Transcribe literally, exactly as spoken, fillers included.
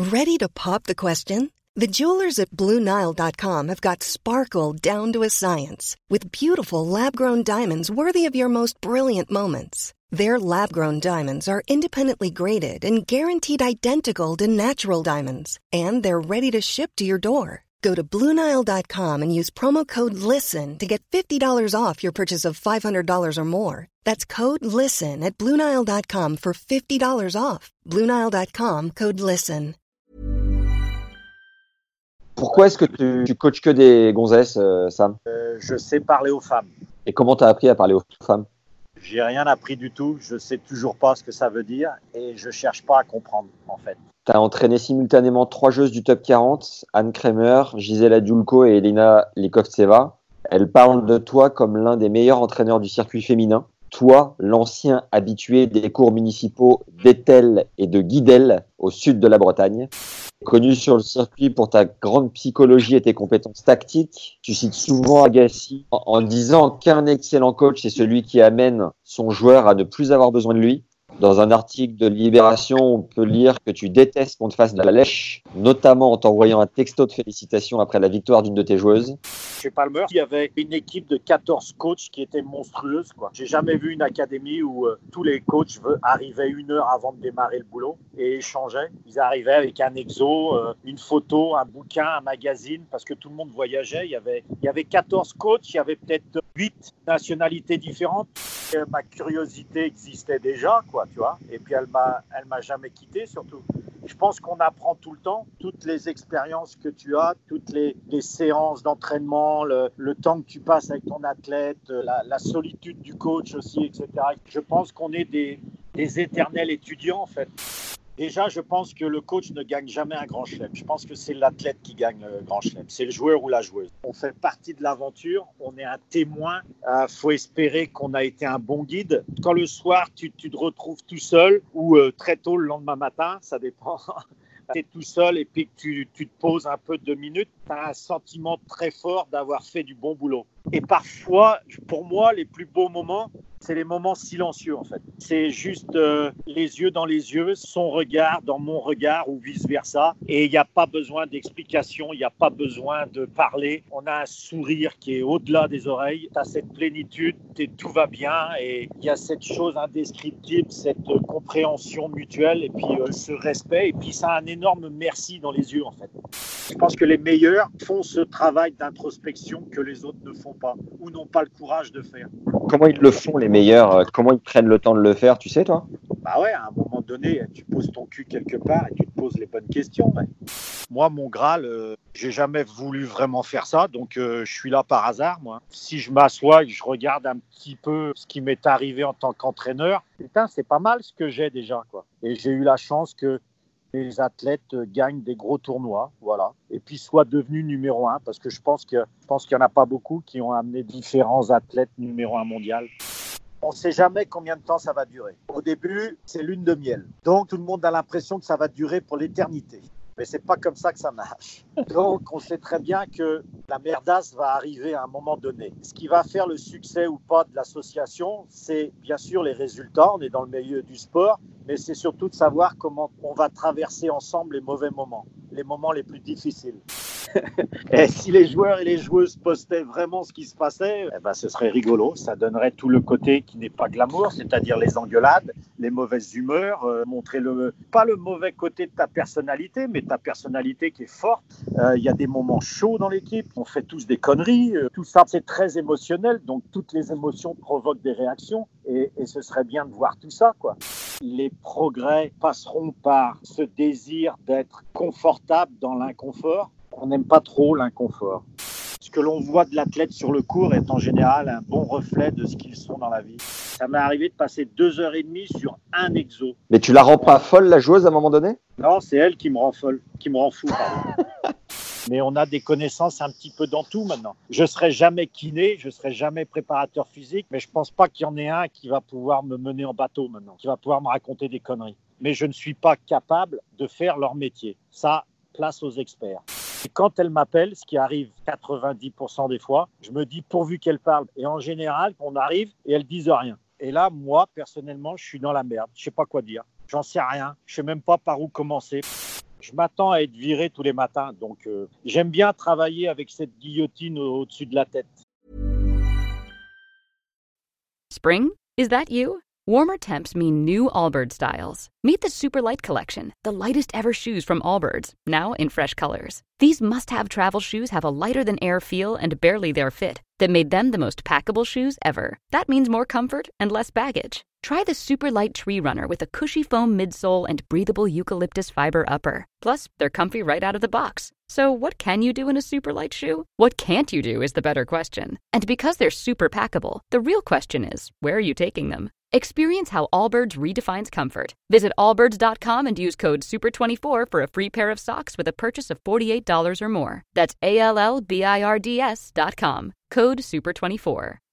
Ready to pop the question? The jewelers at Blue Nile dot com have got sparkle down to a science with beautiful lab-grown diamonds worthy of your most brilliant moments. Their lab-grown diamonds are independently graded and guaranteed identical to natural diamonds, and they're ready to ship to your door. Go to Blue Nile dot com and use promo code LISTEN to get fifty dollars off your purchase of five hundred dollars or more. That's code LISTEN at Blue Nile dot com for fifty dollars off. Blue Nile dot com, code LISTEN. Pourquoi est-ce que tu, tu coaches que des gonzesses, euh, Sam? euh, Je sais parler aux femmes. Et comment tu as appris à parler aux femmes? J'ai rien appris du tout. Je sais toujours pas ce que ça veut dire et je cherche pas à comprendre, en fait. Tu as entraîné simultanément trois joueuses du top quarante, Anne Kremer, Gisela Dulko et Elina Likovtseva. Elles parlent de toi comme l'un des meilleurs entraîneurs du circuit féminin. Toi, l'ancien habitué des cours municipaux d'Etel et de Guidel au sud de la Bretagne. Connu sur le circuit pour ta grande psychologie et tes compétences tactiques, tu cites souvent Agassi en, en disant qu'un excellent coach, c'est celui qui amène son joueur à ne plus avoir besoin de lui. Dans un article de Libération, on peut lire que tu détestes qu'on te fasse de la lèche, notamment en t'envoyant un texto de félicitations après la victoire d'une de tes joueuses. Chez Palmer, il y avait une équipe de quatorze coachs qui était monstrueuse, quoi. J'ai jamais vu une académie où euh, tous les coachs arrivaient une heure avant de démarrer le boulot et échangeaient. Ils arrivaient avec un exo, euh, une photo, un bouquin, un magazine, parce que tout le monde voyageait. Il y avait, il y avait quatorze coachs, il y avait peut-être huit nationalités différentes. Et ma curiosité existait déjà, quoi, tu vois. Et puis elle m'a, elle m'a jamais quitté, surtout. Je pense qu'on apprend tout le temps, toutes les expériences que tu as, toutes les, les séances d'entraînement, le, le temps que tu passes avec ton athlète, la, la solitude du coach aussi, et cetera. Je pense qu'on est des, des éternels étudiants, en fait. Déjà, je pense que le coach ne gagne jamais un grand chelem. Je pense que c'est l'athlète qui gagne le grand chelem. C'est le joueur ou la joueuse. On fait partie de l'aventure. On est un témoin. Il euh, faut espérer qu'on a été un bon guide. Quand le soir, tu, tu te retrouves tout seul ou euh, très tôt le lendemain matin, ça dépend. Tu es tout seul et puis que tu, tu te poses un peu deux minutes, tu as un sentiment très fort d'avoir fait du bon boulot. Et parfois, pour moi, les plus beaux moments, c'est les moments silencieux, en fait. C'est juste euh, les yeux dans les yeux, son regard dans mon regard ou vice-versa. Et il n'y a pas besoin d'explication, il n'y a pas besoin de parler. On a un sourire qui est au-delà des oreilles. Tu as cette plénitude, tout va bien. Et il y a cette chose indescriptible, cette euh, compréhension mutuelle et puis euh, ce respect. Et puis ça a un énorme merci dans les yeux, en fait. Je pense que les meilleurs font ce travail d'introspection que les autres ne font pas ou n'ont pas le courage de faire. Comment ils le font, les meilleurs? Comment ils prennent le temps de le faire, tu sais, toi? Bah ouais, à un moment donné, tu poses ton cul quelque part et tu te poses les bonnes questions. Ouais. Moi, mon Graal, euh, j'ai jamais voulu vraiment faire ça, donc euh, je suis là par hasard, moi. Si je m'assois et que je regarde un petit peu ce qui m'est arrivé en tant qu'entraîneur, putain, c'est pas mal ce que j'ai déjà, quoi. Et j'ai eu la chance que les athlètes gagnent des gros tournois, voilà, et puis soient devenus numéro un, parce que je pense que je pense qu'il n'y en a pas beaucoup qui ont amené différents athlètes numéro un mondial. On ne sait jamais combien de temps ça va durer. Au début, c'est lune de miel, donc tout le monde a l'impression que ça va durer pour l'éternité. Mais c'est pas comme ça que ça marche. Donc, on sait très bien que la merdasse va arriver à un moment donné. Ce qui va faire le succès ou pas de l'association, c'est bien sûr les résultats. On est dans le milieu du sport, mais c'est surtout de savoir comment on va traverser ensemble les mauvais moments, les moments les plus difficiles. Et si les joueurs et les joueuses postaient vraiment ce qui se passait, eh ben, ce serait rigolo. Ça donnerait tout le côté qui n'est pas glamour, c'est-à-dire les engueulades, les mauvaises humeurs, euh, montrer le, pas le mauvais côté de ta personnalité, mais ta personnalité qui est forte. Il euh, y a des moments chauds dans l'équipe, on fait tous des conneries. Euh, tout ça, c'est très émotionnel, donc toutes les émotions provoquent des réactions. Et, et ce serait bien de voir tout ça, quoi. Les progrès passeront par ce désir d'être confortable dans l'inconfort. On n'aime pas trop l'inconfort. Ce que l'on voit de l'athlète sur le court est en général un bon reflet de ce qu'ils sont dans la vie. Ça m'est arrivé de passer deux heures et demie sur un exo. Mais tu la rends pas folle, la joueuse, à un moment donné? Non, c'est elle qui me rend folle, qui me rend fou, pardon. Mais on a des connaissances un petit peu dans tout maintenant. Je ne serai jamais kiné, je ne serai jamais préparateur physique, mais je ne pense pas qu'il y en ait un qui va pouvoir me mener en bateau maintenant, qui va pouvoir me raconter des conneries. Mais je ne suis pas capable de faire leur métier. Ça, place aux experts. Et quand elle m'appelle, ce qui arrive quatre-vingt-dix pour cent des fois, je me dis pourvu qu'elle parle. Et en général, on arrive et elles disent rien. Et là, moi, personnellement, je suis dans la merde. Je ne sais pas quoi dire. J'en sais rien. Je ne sais même pas par où commencer. Je m'attends à être viré tous les matins, donc euh, j'aime bien travailler avec cette guillotine au- au-dessus de la tête. Spring? Is that you? Warmer temps mean new Allbirds styles. Meet the Super Light Collection, the lightest ever shoes from Allbirds, now in fresh colors. These must-have travel shoes have a lighter-than-air feel and barely-there fit that made them the most packable shoes ever. That means more comfort and less baggage. Try the Super Light Tree Runner with a cushy foam midsole and breathable eucalyptus fiber upper. Plus, they're comfy right out of the box. So what can you do in a super light shoe? What can't you do is the better question. And because they're super packable, the real question is, where are you taking them? Experience how Allbirds redefines comfort. Visit allbirds dot com and use code super twenty-four for a free pair of socks with a purchase of forty-eight dollars or more. That's A L L B I R D S dot com. Code super twenty-four.